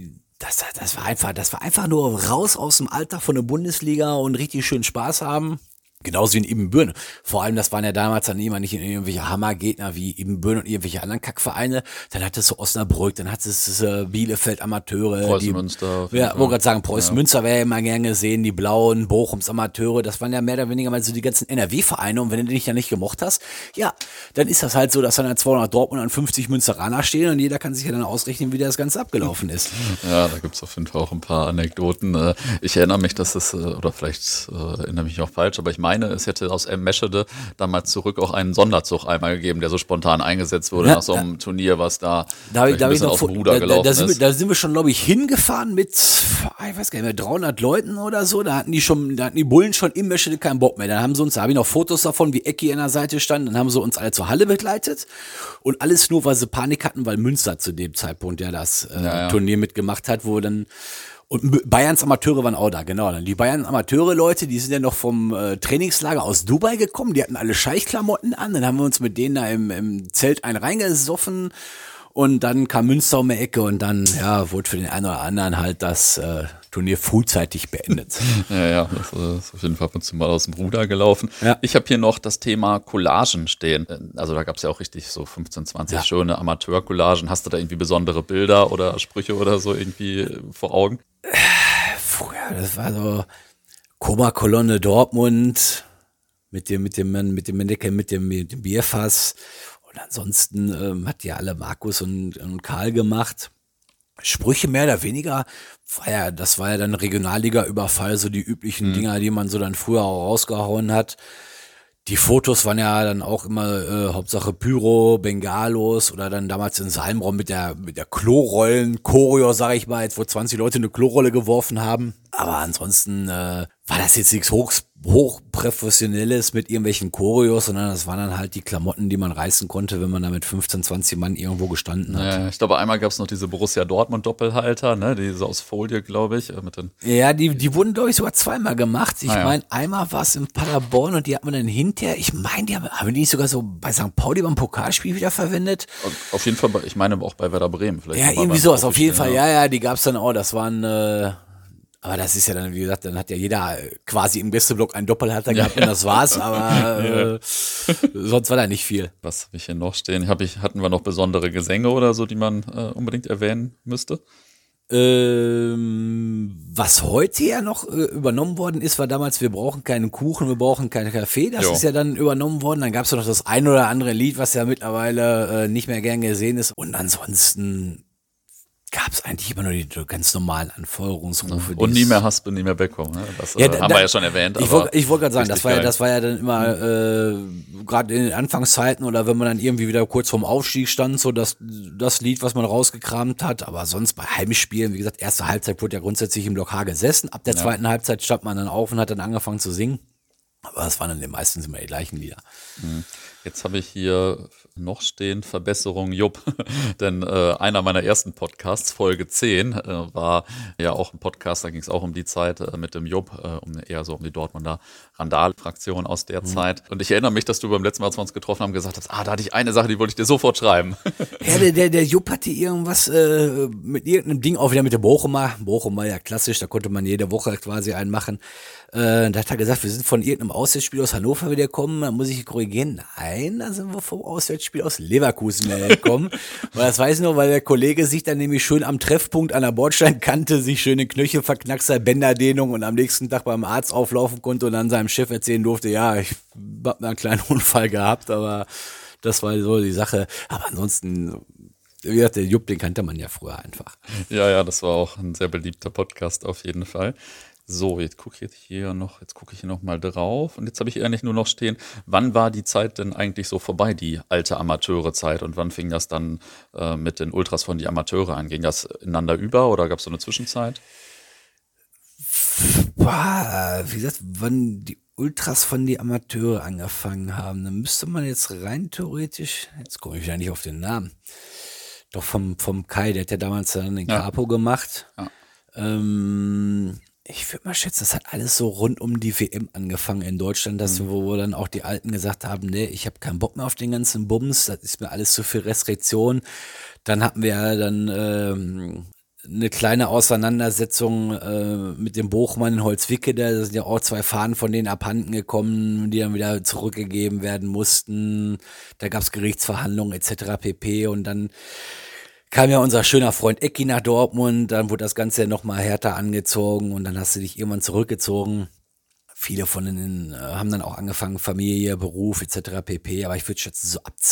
das war einfach nur raus aus dem Alltag von der Bundesliga und richtig schön Spaß haben. Genauso wie in Ibbenbüren. Vor allem, das waren ja damals dann immer nicht irgendwelche Hammergegner wie Ibbenbüren und irgendwelche anderen Kackvereine. Dann hattest du Osnabrück, dann hattest du Bielefeld Amateure. Preußen-Münster. Ja, wollte gerade sagen, Preußen-Münster wäre ja immer gern gesehen, die Blauen, Bochums Amateure, das waren ja mehr oder weniger mal so die ganzen NRW-Vereine und wenn du dich ja nicht gemocht hast, ja, dann ist das halt so, dass dann 200 Dortmund und 50 Münsteraner stehen und jeder kann sich ja dann ausrechnen, wie das Ganze abgelaufen ist. Ja, da gibt's auf jeden Fall auch ein paar Anekdoten. Ich erinnere mich, dass es, oder vielleicht erinnere mich auch falsch, aber ich meine, es hätte aus Meschede damals zurück auch einen Sonderzug einmal gegeben, der so spontan eingesetzt wurde nach so einem Turnier, was da ein bisschen aus dem Ruder gelaufen ist. Da sind wir schon, glaube ich, hingefahren mit, ich weiß gar nicht mehr, 300 Leuten oder so. Da hatten die Bullen schon im Meschede keinen Bock mehr. Da habe ich noch Fotos davon, wie Ecki an der Seite stand. Dann haben sie uns alle zur Halle begleitet. Und alles nur, weil sie Panik hatten, weil Münster zu dem Zeitpunkt ja das Turnier mitgemacht hat, wo dann... Und Bayerns Amateure waren auch da, genau. Dann die Bayern Amateure-Leute, die sind ja noch vom Trainingslager aus Dubai gekommen, die hatten alle Scheichklamotten an, dann haben wir uns mit denen da im Zelt einen reingesoffen und dann kam Münster um die Ecke und dann, ja, wurde für den einen oder anderen halt das Turnier frühzeitig beendet. Ja, das ist auf jeden Fall mal aus dem Ruder gelaufen. Ja. Ich habe hier noch das Thema Collagen stehen. Also da gab es ja auch richtig so 15, 20 schöne Amateur-Collagen. Hast du da irgendwie besondere Bilder oder Sprüche oder so irgendwie vor Augen? Früher, das war so Koma-Kolonne Dortmund mit dem Bierfass. Und ansonsten hat ja alle Markus und Karl gemacht. Sprüche mehr oder weniger, das war ja dann Regionalliga-Überfall, so die üblichen Dinger, die man so dann früher auch rausgehauen hat. Die Fotos waren ja dann auch immer Hauptsache Pyro, Bengalos oder dann damals in Salmraum mit der Klorollen, Choreo, sag ich mal, jetzt wo 20 Leute eine Klorolle geworfen haben. Aber ansonsten war das jetzt nichts hochprofessionelles mit irgendwelchen Choreos, sondern das waren dann halt die Klamotten, die man reißen konnte, wenn man da mit 15, 20 Mann irgendwo gestanden hat. Ja, ich glaube, einmal gab es noch diese Borussia Dortmund-Doppelhalter, ne? Die so aus Folie, glaube ich. Mit den Ja, die wurden, glaube ich, sogar zweimal gemacht. Ich meine, einmal war es in Paderborn und die hat man dann hinterher, ich meine, haben die nicht sogar so bei St. Pauli beim Pokalspiel wieder verwendet? Auf jeden Fall, ich meine auch bei Werder Bremen vielleicht. Ja, irgendwie sowas, auf jeden Fall. Ja, die gab's dann auch. Das waren, aber das ist ja dann, wie gesagt, dann hat ja jeder quasi im Gästeblock einen Doppelhalter gehabt und das war's, aber sonst war da nicht viel. Was habe ich hier noch stehen? Hatten wir noch besondere Gesänge oder so, die man unbedingt erwähnen müsste? Was heute ja noch übernommen worden ist, war damals, wir brauchen keinen Kuchen, wir brauchen keinen Kaffee. Das ist ja dann übernommen worden. Dann gab es noch das ein oder andere Lied, was ja mittlerweile nicht mehr gern gesehen ist. Und ansonsten gab es eigentlich immer nur die ganz normalen Anfeuerungsrufe. Und nie mehr Haspe, nie mehr Beckham. Ne? Das haben wir ja schon erwähnt. Ich wollte gerade sagen, das war ja dann immer, gerade in den Anfangszeiten oder wenn man dann irgendwie wieder kurz vorm Aufstieg stand, so das Lied, was man rausgekramt hat. Aber sonst bei Heimspielen, wie gesagt, erste Halbzeit wurde ja grundsätzlich im Block H gesessen. Ab der zweiten Halbzeit stand man dann auf und hat dann angefangen zu singen. Aber das waren dann meistens immer die gleichen Lieder. Jetzt habe ich hier noch stehen, Verbesserung Jupp, denn einer meiner ersten Podcasts, Folge 10, war ja auch ein Podcast, da ging es auch um die Zeit mit dem Jupp, eher so um die Dortmunder Randal-Fraktion aus der Zeit. Und ich erinnere mich, dass du beim letzten Mal, als wir uns getroffen haben, gesagt hast, da hatte ich eine Sache, die wollte ich dir sofort schreiben. Ja, der Jupp hatte irgendwas mit irgendeinem Ding, auch wieder mit der Bochumer, ja klassisch, da konnte man jede Woche quasi einen machen. Da hat er gesagt, wir sind von irgendeinem Auswärtsspiel aus Hannover wieder gekommen, da muss ich korrigieren. Nein, da sind wir vom Auswärtsspiel aus Leverkusen gekommen. Weil das weiß ich noch, weil der Kollege sich dann nämlich schön am Treffpunkt an der Bordsteinkante sich schön den Knöchel verknackst, Bänderdehnung und am nächsten Tag beim Arzt auflaufen konnte und dann seinem Chef erzählen durfte, ja, ich hab einen kleinen Unfall gehabt, aber das war so die Sache. Aber ansonsten, wie gesagt, der Jupp, den kannte man ja früher einfach. Ja, das war auch ein sehr beliebter Podcast auf jeden Fall. So, jetzt gucke ich hier noch mal drauf und jetzt habe ich hier eigentlich nur noch stehen, wann war die Zeit denn eigentlich so vorbei, die alte Amateure-Zeit und wann fing das dann mit den Ultras von die Amateure an? Ging das ineinander über oder gab es so eine Zwischenzeit? Wie gesagt, wann die Ultras von die Amateure angefangen haben, dann müsste man jetzt rein theoretisch, jetzt komme ich ja nicht auf den Namen, doch vom Kai, der hat ja damals dann den Capo gemacht. Ja. Ich würde mal schätzen, das hat alles so rund um die WM angefangen in Deutschland, wo dann auch die Alten gesagt haben, nee, ich habe keinen Bock mehr auf den ganzen Bums, das ist mir alles zu viel Restriktion. Dann hatten wir ja dann eine kleine Auseinandersetzung mit dem Bochmann in Holzwicke, da sind ja auch 2 Fahnen von denen abhanden gekommen, die dann wieder zurückgegeben werden mussten. Da gab es Gerichtsverhandlungen etc. pp. Und dann kam ja unser schöner Freund Ecki nach Dortmund, dann wurde das Ganze ja nochmal härter angezogen und dann hast du dich irgendwann zurückgezogen. Viele von denen haben dann auch angefangen, Familie, Beruf etc. pp. Aber ich würde schätzen, so ab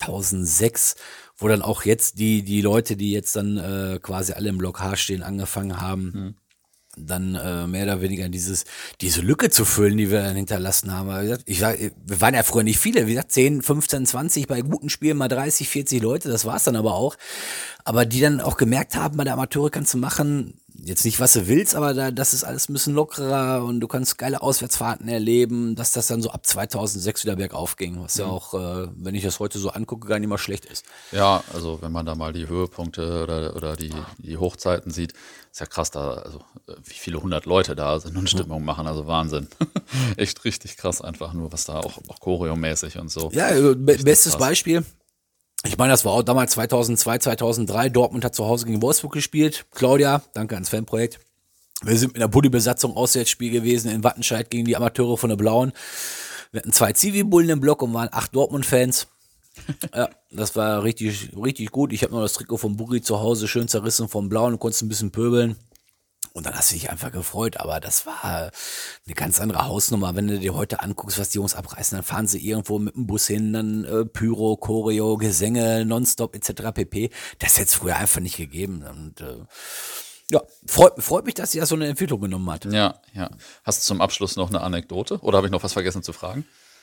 2006, wo dann auch jetzt die Leute, die jetzt dann quasi alle im Block H stehen, angefangen haben, dann mehr oder weniger diese Lücke zu füllen, die wir dann hinterlassen haben. Aber wie gesagt, wir waren ja früher nicht viele, wie gesagt, 10, 15, 20, bei guten Spielen mal 30, 40 Leute, das war's dann aber auch. Aber die dann auch gemerkt haben, bei der Amateure kannst du machen, jetzt nicht, was du willst, aber das ist alles ein bisschen lockerer und du kannst geile Auswärtsfahrten erleben, dass das dann so ab 2006 wieder bergauf ging, was ja auch, wenn ich das heute so angucke, gar nicht mal schlecht ist. Ja, also wenn man da mal die Höhepunkte oder die Hochzeiten sieht, ist ja krass, wie viele 100 Leute da sind und Stimmung machen, also Wahnsinn. Echt richtig krass einfach nur, was da auch choreomäßig und so. Ja, bestes krass. Beispiel. Ich meine, das war auch damals 2002, 2003. Dortmund hat zu Hause gegen Wolfsburg gespielt. Claudia, danke ans Fanprojekt. Wir sind mit der Bulli-Besatzung Auswärtsspiel gewesen in Wattenscheid gegen die Amateure von der Blauen. Wir hatten 2 Zivi-Bullen im Block und waren 8 Dortmund-Fans. Ja, das war richtig, richtig gut. Ich habe noch das Trikot vom Buri zu Hause schön zerrissen vom Blauen und konnte ein bisschen pöbeln. Und dann hast du dich einfach gefreut, aber das war eine ganz andere Hausnummer. Wenn du dir heute anguckst, was die Jungs abreißen, dann fahren sie irgendwo mit dem Bus hin, dann Pyro, Choreo, Gesänge, Nonstop etc. pp. Das hätte es früher einfach nicht gegeben. Und ja, freut mich, dass sie das so eine Entwicklung genommen hat. Ja. Hast du zum Abschluss noch eine Anekdote oder habe ich noch was vergessen zu fragen?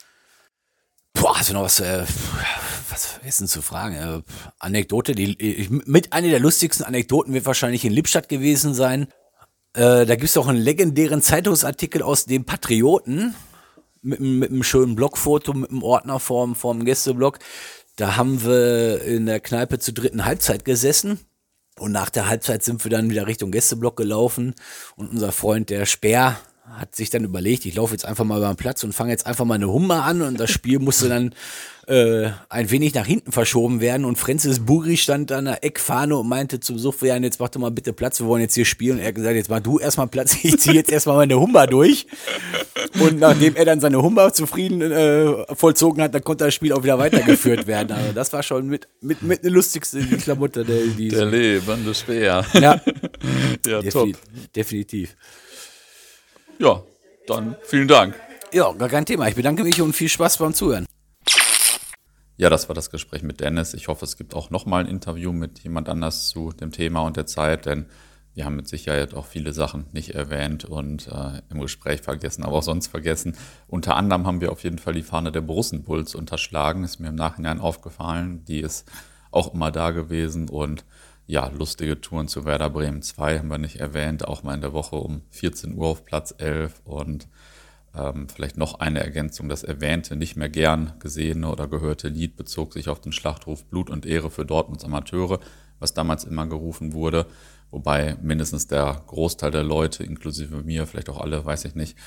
Hast du noch was vergessen zu fragen? Anekdote, mit einer der lustigsten Anekdoten wird wahrscheinlich in Lippstadt gewesen sein. Da gibt es auch einen legendären Zeitungsartikel aus dem Patrioten mit einem schönen Blockfoto, mit einem Ordner vorm Gästeblock. Da haben wir in der Kneipe zur dritten Halbzeit gesessen. Und nach der Halbzeit sind wir dann wieder Richtung Gästeblock gelaufen. Und unser Freund, der Speer, hat sich dann überlegt, ich laufe jetzt einfach mal über den Platz und fange jetzt einfach mal eine Hummer an. Und das Spiel musste dann ein wenig nach hinten verschoben werden. Und Francis Buri stand an der Eckfahne und meinte zum Sofian, jetzt mach doch mal bitte Platz, wir wollen jetzt hier spielen. Und er hat gesagt, jetzt mach du erstmal Platz, ich ziehe jetzt erstmal meine Hummer durch. Und nachdem er dann seine Hummer zufrieden vollzogen hat, dann konnte das Spiel auch wieder weitergeführt werden. Also das war schon mit der lustigste Klamotte der lebende Speer. Ja, ja, top. Definitiv. Ja, dann vielen Dank. Ja, gar kein Thema. Ich bedanke mich und viel Spaß beim Zuhören. Ja, das war das Gespräch mit Dennis. Ich hoffe, es gibt auch nochmal ein Interview mit jemand anders zu dem Thema und der Zeit, denn wir haben mit Sicherheit auch viele Sachen nicht erwähnt und im Gespräch vergessen, aber auch sonst vergessen. Unter anderem haben wir auf jeden Fall die Fahne der Borussen-Bulls unterschlagen. Ist mir im Nachhinein aufgefallen. Die ist auch immer da gewesen und ja, lustige Touren zu Werder Bremen 2 haben wir nicht erwähnt. Auch mal in der Woche um 14 Uhr auf Platz 11 und vielleicht noch eine Ergänzung, das erwähnte, nicht mehr gern gesehene oder gehörte Lied bezog sich auf den Schlachtruf Blut und Ehre für Dortmunds Amateure, was damals immer gerufen wurde, wobei mindestens der Großteil der Leute, inklusive mir, vielleicht auch alle, weiß ich nicht,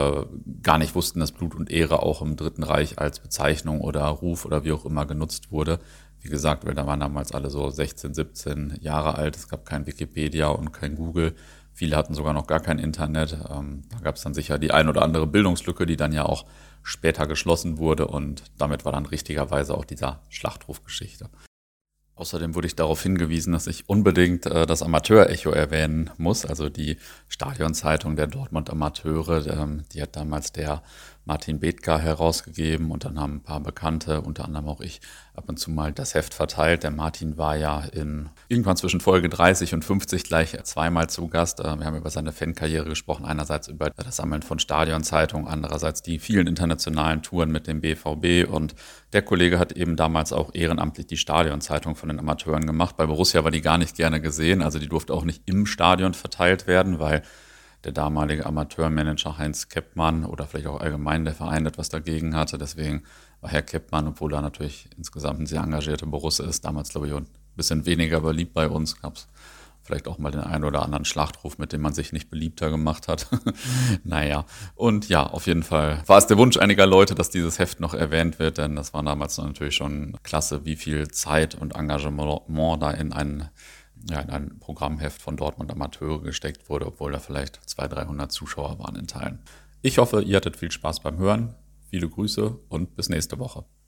gar nicht wussten, dass Blut und Ehre auch im Dritten Reich als Bezeichnung oder Ruf oder wie auch immer genutzt wurde. Wie gesagt, weil da waren damals alle so 16, 17 Jahre alt, es gab kein Wikipedia und kein Google. Viele hatten sogar noch gar kein Internet. Da gab es dann sicher die ein oder andere Bildungslücke, die dann ja auch später geschlossen wurde. Und damit war dann richtigerweise auch dieser Schlachtrufgeschichte. Außerdem wurde ich darauf hingewiesen, dass ich unbedingt das Amateur-Echo erwähnen muss. Also die Stadionzeitung der Dortmund Amateure, die hat damals der Martin Bethger herausgegeben und dann haben ein paar Bekannte, unter anderem auch ich, ab und zu mal das Heft verteilt. Der Martin war ja irgendwann zwischen Folge 30 und 50 gleich zweimal zu Gast. Wir haben über seine Fankarriere gesprochen, einerseits über das Sammeln von Stadionzeitungen, andererseits die vielen internationalen Touren mit dem BVB und der Kollege hat eben damals auch ehrenamtlich die Stadionzeitung von den Amateuren gemacht. Bei Borussia war die gar nicht gerne gesehen, also die durfte auch nicht im Stadion verteilt werden, weil der damalige Amateurmanager Heinz Keppmann oder vielleicht auch allgemein der Verein etwas dagegen hatte. Deswegen war Herr Keppmann, obwohl er natürlich insgesamt ein sehr engagierter Borusse ist, damals glaube ich ein bisschen weniger beliebt bei uns, gab es vielleicht auch mal den einen oder anderen Schlachtruf, mit dem man sich nicht beliebter gemacht hat. Naja, und ja, auf jeden Fall war es der Wunsch einiger Leute, dass dieses Heft noch erwähnt wird, denn das war damals natürlich schon klasse, wie viel Zeit und Engagement da in ein Programmheft von Dortmund Amateure gesteckt wurde, obwohl da vielleicht 200, 300 Zuschauer waren in Teilen. Ich hoffe, ihr hattet viel Spaß beim Hören. Viele Grüße und bis nächste Woche.